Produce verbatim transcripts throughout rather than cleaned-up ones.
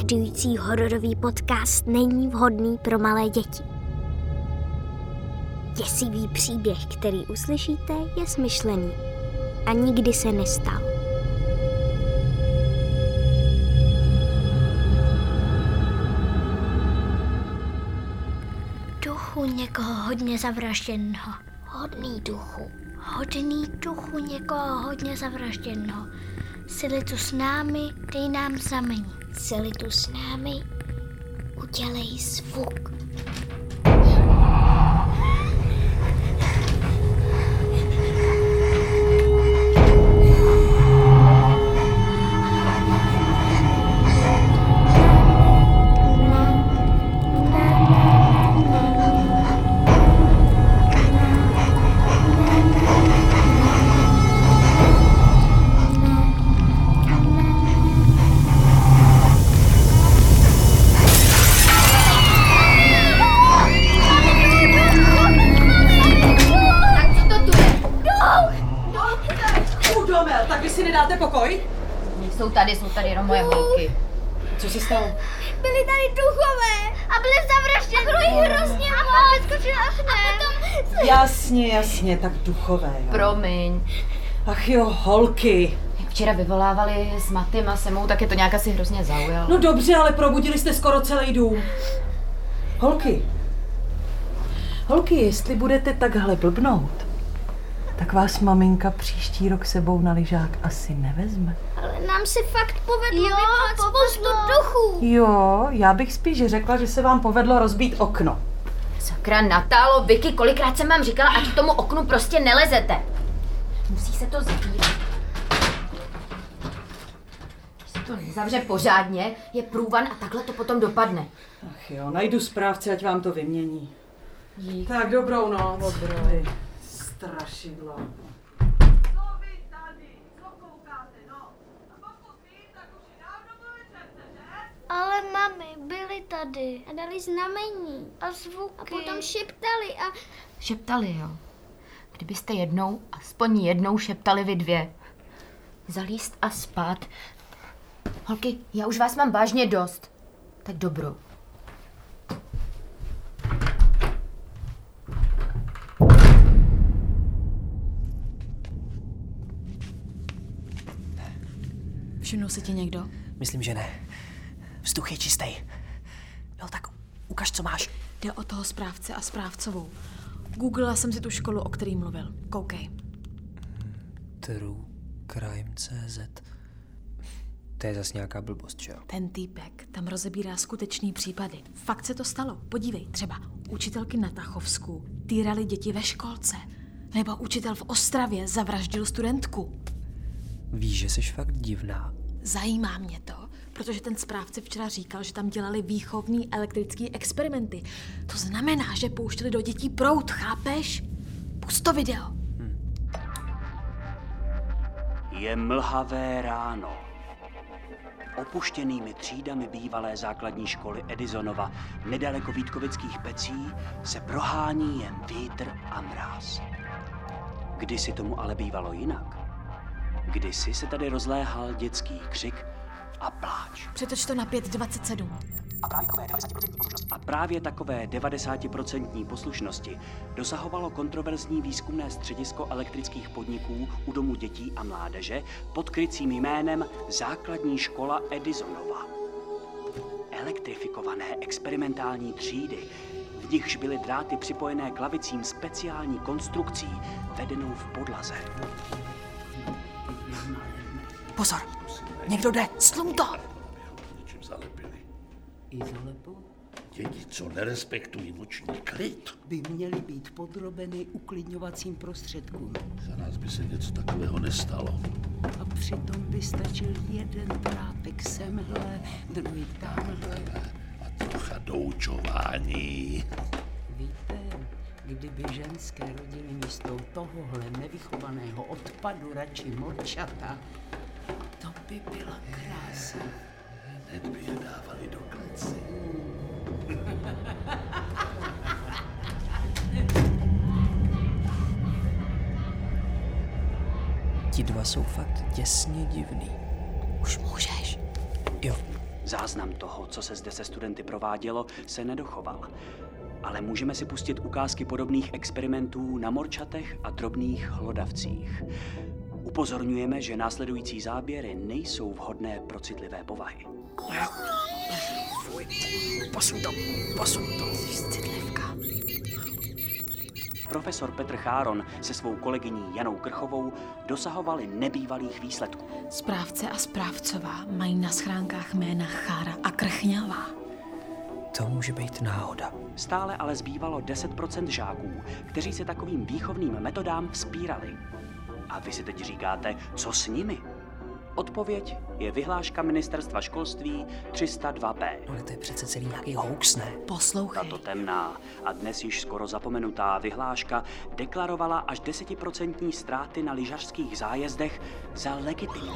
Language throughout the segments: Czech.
Následující hororový podcast není vhodný pro malé děti. Děsivý příběh, který uslyšíte, je smyšlený a nikdy se nestal. Duchu někoho hodně zavražděného. Hodný duchu. Hodný duchu někoho hodně zavražděného. Sily tu s námi, dej nám znamení. Sily tu s námi, udělej zvuk. Jsou tady, jsou tady jenom moje holky. Co se stalo? Byli tady duchové a byli zavražděni. A bylo jich hrozně moc. A vyskočili oknem. Jasně, jasně, tak duchové, jo. Promiň. Ach jo, holky. Jak včera vyvolávali s Matym a Semou, tak je to nějak asi hrozně zaujalo. No dobře, ale probudili jste skoro celý dům. Holky. Holky, jestli budete takhle blbnout, tak vás maminka příští rok sebou na lyžák asi nevezme. Ale nám se fakt povedlo vyvolat spoustu duchů. Jo, já bych spíš řekla, že se vám povedlo rozbít okno. Sakra, Natálo, Vicky, kolikrát jsem vám říkala, ať k tomu oknu prostě nelezete. Musí se to zavírat. Když se to nezavře pořádně, je průvan a takhle to potom dopadne. Ach jo, najdu správce, ať vám to vymění. Dík. Tak dobrou noc. Dobrou. Strašidlo. Co vy tady? Co koukáte, no? A pokud vím, tak už je dávno po večerce, že? Ale mami, byli tady a dali znamení a zvuky. A potom šeptali a... Šeptali, jo. Kdybyste jednou, aspoň jednou šeptali vy dvě. Zalíst a spát. Holky, já už vás mám vážně dost. Tak dobrou. Všimnul si tě někdo? Myslím, že ne. Vzduch je čistý. No tak ukaž, co máš. Jde o toho správce a správcovou. Googlila jsem si tu školu, o který mluvil. Koukej. True Crime tečka cé zet. To je zas nějaká blbost, že jo? Ten týpek tam rozebírá skutečný případy. Fakt se to stalo. Podívej, třeba učitelky na Tachovsku týrali děti ve školce. Nebo učitel v Ostravě zavraždil studentku. Víš, že jsi fakt divná. Zajímá mě to, protože ten správce včera říkal, že tam dělali výchovný elektrický experimenty. To znamená, že pouštěli do dětí proud, chápeš? Pust to video. Hmm. Je mlhavé ráno. Opuštěnými třídami bývalé základní školy Edisonova nedaleko Vítkovických Pecí se prohání jen vítr a mráz. Kdysi tomu ale bývalo jinak. Kdysi se tady rozléhal dětský křik a pláč. Přetoč to na pět dvacet sedm. A právě takové devadesátiprocentní poslušnosti dosahovalo kontroverzní výzkumné středisko elektrických podniků u domu dětí a mládeže pod krycím jménem Základní škola Edisonova. Elektrifikované experimentální třídy, v nichž byly dráty připojené k lavicím speciální konstrukcí vedenou v podlaze. Pozor, někdo jde, slum to! Něčím zalepili. I zalepu? Děti, co nerespektují noční klid, By měly být podrobeny uklidňovacím prostředkům. za nás by se něco takového nestalo. A přitom by stačil jeden drápek semhle, druhý tamhle. A trocha doučování. Víte, kdyby ženské rodiny místo tohohle nevychovaného odpadu radši morčata, to by byla krása. Hned by je dávali do kleci. Ti dva jsou fakt děsně divný. Už můžeš. Jo, Záznam toho, co se zde se studenty provádělo, se nedochoval. Ale můžeme si pustit ukázky podobných experimentů na morčatech a drobných hlodavcích. Upozorňujeme, že následující záběry nejsou vhodné pro citlivé povahy. Posuň to, posuň to. Citlivka. Profesor Petr Cháron se svou kolegyní Janou Krchovou dosahovali nebývalých výsledků. Správce a správcová mají na schránkách jména Chára a Krchňavá. To může být náhoda. Stále ale zbývalo deset procent žáků, kteří se takovým výchovným metodám vzpírali. A vy si teď říkáte, co s nimi? Odpověď je vyhláška Ministerstva školství tři sta dva P. Ale to je přece celý nějaký hoax, ne? Poslouchej. Tato temná a dnes již skoro zapomenutá vyhláška deklarovala až desetiprocentní ztráty na lyžařských zájezdech za legitimní.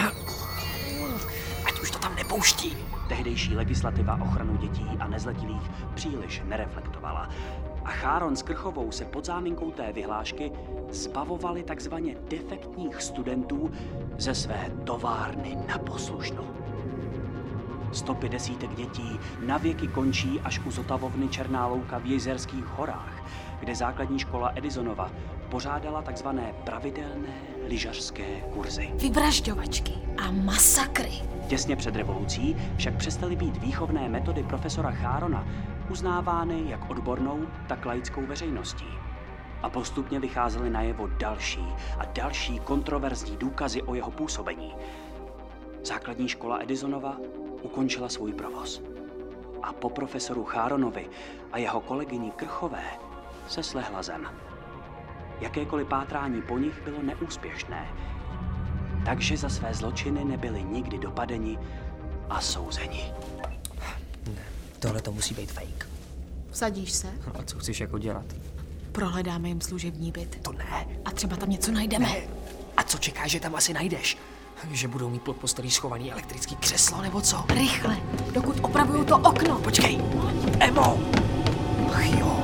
Ať už to tam nepouští. Tehdejší legislativa ochranu dětí a nezletilých příliš nereflektovala. A Cháron s Krchovou se pod záminkou té vyhlášky zbavovali takzvaně defektních studentů ze své továrny na poslušno. Stopy desítek dětí navěky končí až u zotavovny Černá louka v Jizerských horách, kde základní škola Edisonova pořádala takzvané pravidelné lyžařské kurzy. Vyvražďovačky a masakry. Těsně před revolucí však přestaly být výchovné metody profesora Chárona uznávány jak odbornou, tak laickou veřejností. A postupně vycházely najevo další a další kontroverzní důkazy o jeho působení. Základní škola Edisonova ukončila svůj provoz. A po profesoru Cháronovi a jeho kolegyni Krchové se slehla zem. Jakékoliv pátrání po nich bylo neúspěšné, takže za své zločiny nebyli nikdy dopadeni a souzeni. Ne, tohle to musí být fake. Vsadíš se? A co chceš jako dělat? Prohledáme jim služební byt. To ne. A třeba tam něco najdeme. Ne. A co čekáš, že tam asi najdeš? Že budou mít pod postelí schovaný elektrický křeslo, nebo co? Rychle, dokud opravujou to okno. Počkej, Emo! Ach jo.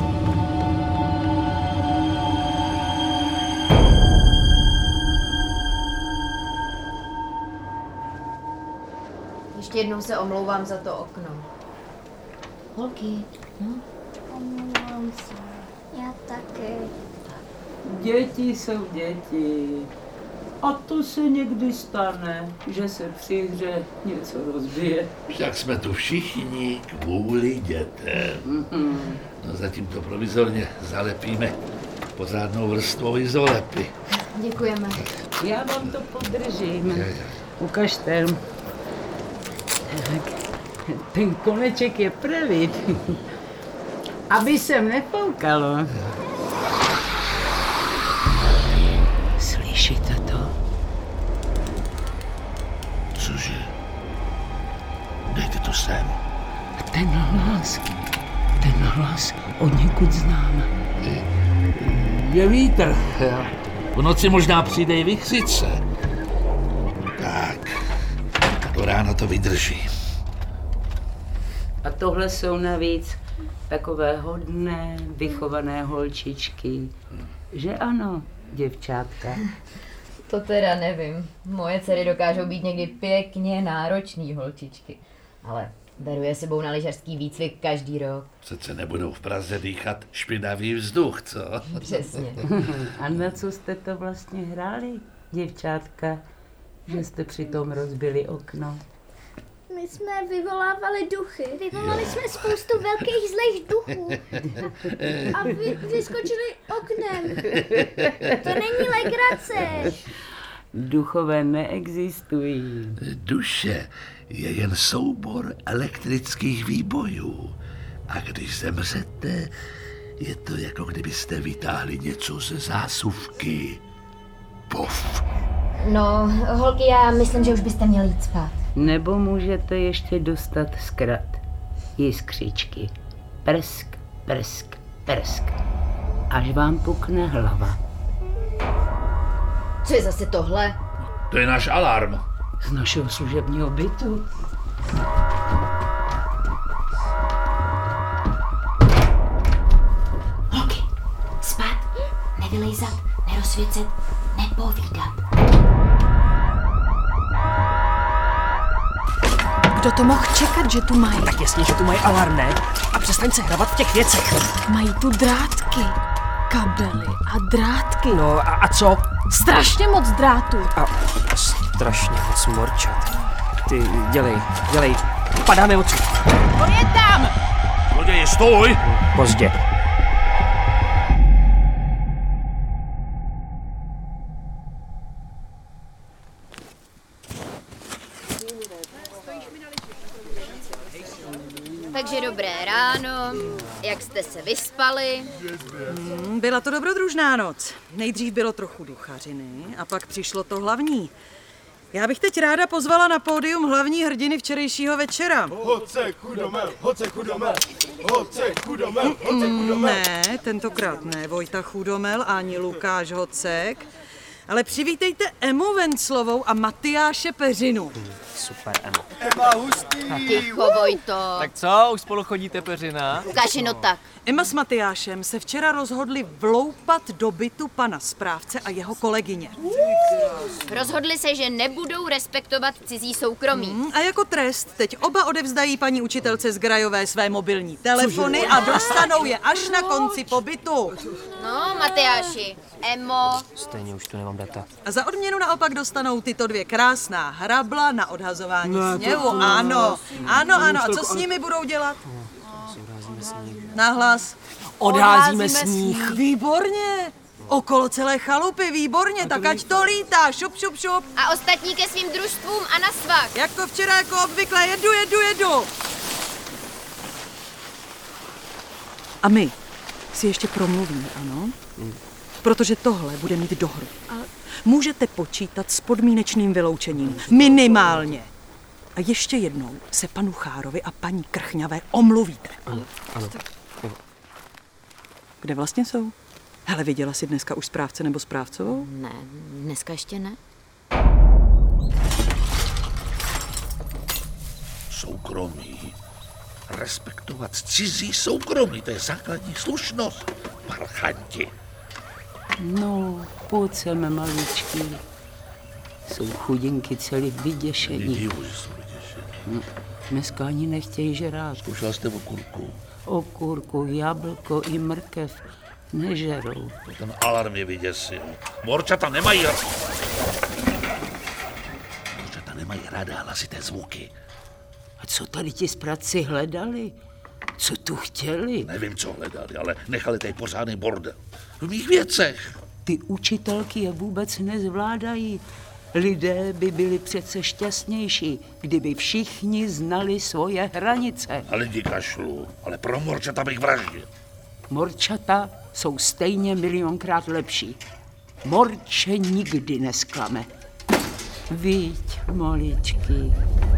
Ještě jednou se omlouvám za to okno. Holky, hm? Omlouvám se. Já taky. Děti jsou děti. A to se někdy stane, že se při hře něco rozbije. Však jsme tu všichni kvůli dětem. Mm-hmm. No zatím to provizorně zalepíme pořádnou vrstvou izolepy. Děkujeme. Já vám to podržím. Ukažte. Tak, ten koneček je pravý. Aby sem nefoukalo. Slyšíte to? Cože? Dejte to sem. Ten hlas, ten hlas od někud znám. Je vítr. V noci možná přijde i vichřice. Tak, do rána to vydrží. A tohle jsou navíc takové hodné, vychované holčičky. Že ano, děvčátka? To teda nevím. Moje dcery dokážou být někdy pěkně náročný holčičky. Ale beru je sebou na lyžařský výcvik každý rok. Přece nebudou v Praze dýchat špinavý vzduch, co? Přesně. A na co jste to vlastně hráli, děvčátka? Že jste přitom rozbili okno? My jsme vyvolávali duchy. Vyvolali jsme spoustu velkých zlých duchů. A vy, vyskočili oknem. To není legrace. Duchové neexistují. Duše je jen soubor elektrických výbojů. A když zemřete, je to jako kdybyste vytáhli něco ze zásuvky. Pof. No, holky, já myslím, že už byste měli jít spát. Nebo můžete ještě dostat zkrat. Jiskřičky. Prsk, prsk, prsk. Až vám pukne hlava. Co je zase tohle? To je náš alarm. Z našeho služebního bytu. Holky, spát, nevylejzat, nerozsvěcet, nepovídat. Kdo to mohl čekat, že tu mají? Tak jasně, že tu mají alarm, ne? A přestaň se hrabat v těch věcech. Mají tu drátky, kabely a drátky. No a, a co? Strašně moc drátů. A strašně moc morčat. Ty, dělej, dělej. Padáme odsud. On je tam! Zloději, stůj! Pozdě. Takže dobré ráno, jak jste se vyspali? Hmm, byla to dobrodružná noc. Nejdřív bylo trochu duchařiny a pak přišlo to hlavní. Já bych teď ráda pozvala na pódium hlavní hrdiny včerejšího večera. Hoce Chudomel, hoce Chudomel, hoce Chudomel, hoce Chudomel. Ne, tentokrát ne Vojta Chudomel ani Lukáš Hocek, ale přivítejte Emu Venclovou a Matyáše Peřinu. Hmm, super, Emo. Ema hustý. Ticho, Vojto. Tak co, už spolu chodíte, Peřina? Ukáži, no tak. Emma s Matyášem se včera rozhodli vloupat do bytu pana správce a jeho kolegyně. Rozhodli se, že nebudou respektovat cizí soukromí. Hmm, a jako trest teď oba odevzdají paní učitelce z Grajové své mobilní telefony a dostanou je až na konci pobytu. No, Matyáši, Emo. Stejně už tu nemám data. A za odměnu naopak dostanou tyto dvě krásná hrabla na odhazování sněhu. Ano, ano, ano. A co s nimi budou dělat? Nahlas. Odházíme sníh. Výborně. Okolo celé chalupy, výborně, tak ať to lítá, šup, šup, šup. A ostatní ke svým družstvům a na svah. Jako včera, jako obvykle, jedu, jedu, jedu. A my si ještě promluvíme, ano? Hmm. Protože tohle bude mít dohru. Můžete počítat s podmínečným vyloučením, minimálně. A ještě jednou se panu Chárovi a paní Krchňavé omluvíte. Ano, ano. Kde vlastně jsou? Hele, viděla jsi dneska už správce nebo správcovou? Ne, dneska ještě ne. Soukromí. Respektovat cizí soukromí, to je základní slušnost. Parchanti. No, pojď sem, maličký. Jsou chudinky celý vyděšení. No, dneska ani nechtějí žrát. Zkoušela jste okurku? Okurku, jablko i mrkev nežerou. Ten alarm je vyděsil. Morčata nemají ráda. Morčata nemají ráda hlasité zvuky. A co tady ti správci hledali? Co tu chtěli? Nevím, co hledali, ale nechali tady pořádný bordel. V mých věcech. Ty učitelky je vůbec nezvládají. Lidé by byli přece šťastnější, kdyby všichni znali svoje hranice. A lidi kašlu, ale pro morčata bych vraždil. Morčata jsou stejně milionkrát lepší. Morče nikdy nesklame. Viď, maličky.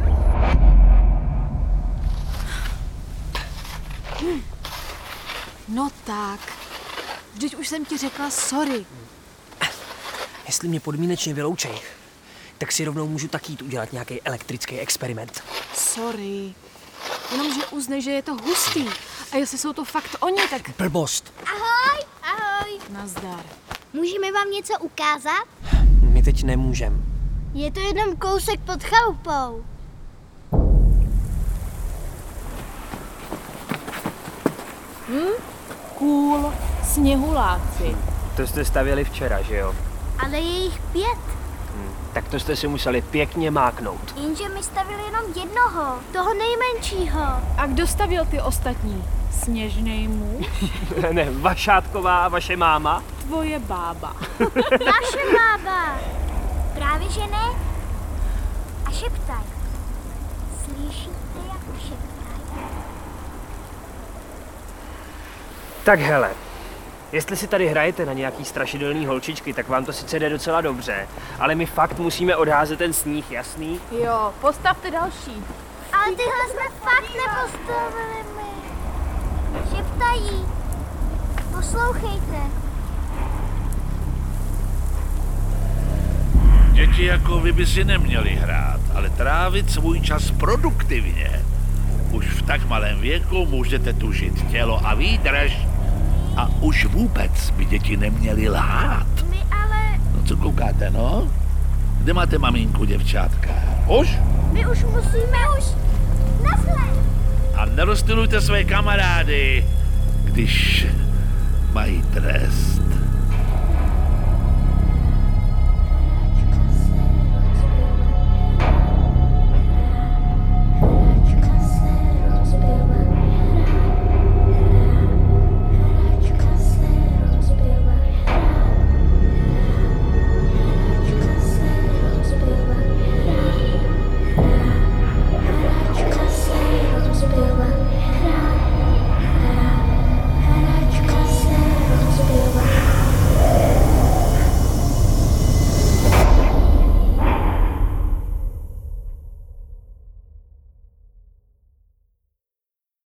Hm. No tak, vždyť už jsem ti řekla sorry. Jestli mě podmínečně vyloučej, tak si rovnou můžu taky jít udělat nějaký elektrický experiment. Sorry, jenomže uznej, že je to hustý. A jestli jsou to fakt oni, tak... Blbost. Ahoj, ahoj. Nazdar. Můžeme vám něco ukázat? My teď nemůžem. Je to jenom kousek pod chalupou. Hm? Cool, sněhuláci. To jste stavěli včera, že jo? Ale je jich pět. Hm, tak to jste si museli pěkně máknout. Jenže my stavili jenom jednoho, toho nejmenšího. A kdo stavěl ty ostatní? Sněžnej muž? Ne, Vašátková a vaše máma? Tvoje bába. Naše bába. Právě že ne? A šeptaj. Slyšíte, jak šeptaj? Tak hele, jestli si tady hrajete na nějaký strašidelný holčičky, tak vám to sice jde docela dobře, ale my fakt musíme odházet ten sníh, jasný? Jo, postavte další. Ale tyhle jsme fakt nepostavili my. Šeptají. Poslouchejte. Děti jako vy by si neměli hrát, ale trávit svůj čas produktivně. Už v tak malém věku můžete tušit tělo a výdrž. A už vůbec by děti neměly lhát. My ale... No co koukáte, no? Kde máte maminku, děvčátka? Už? My už musíme už... A nerozptylujte své kamarády, když mají trest.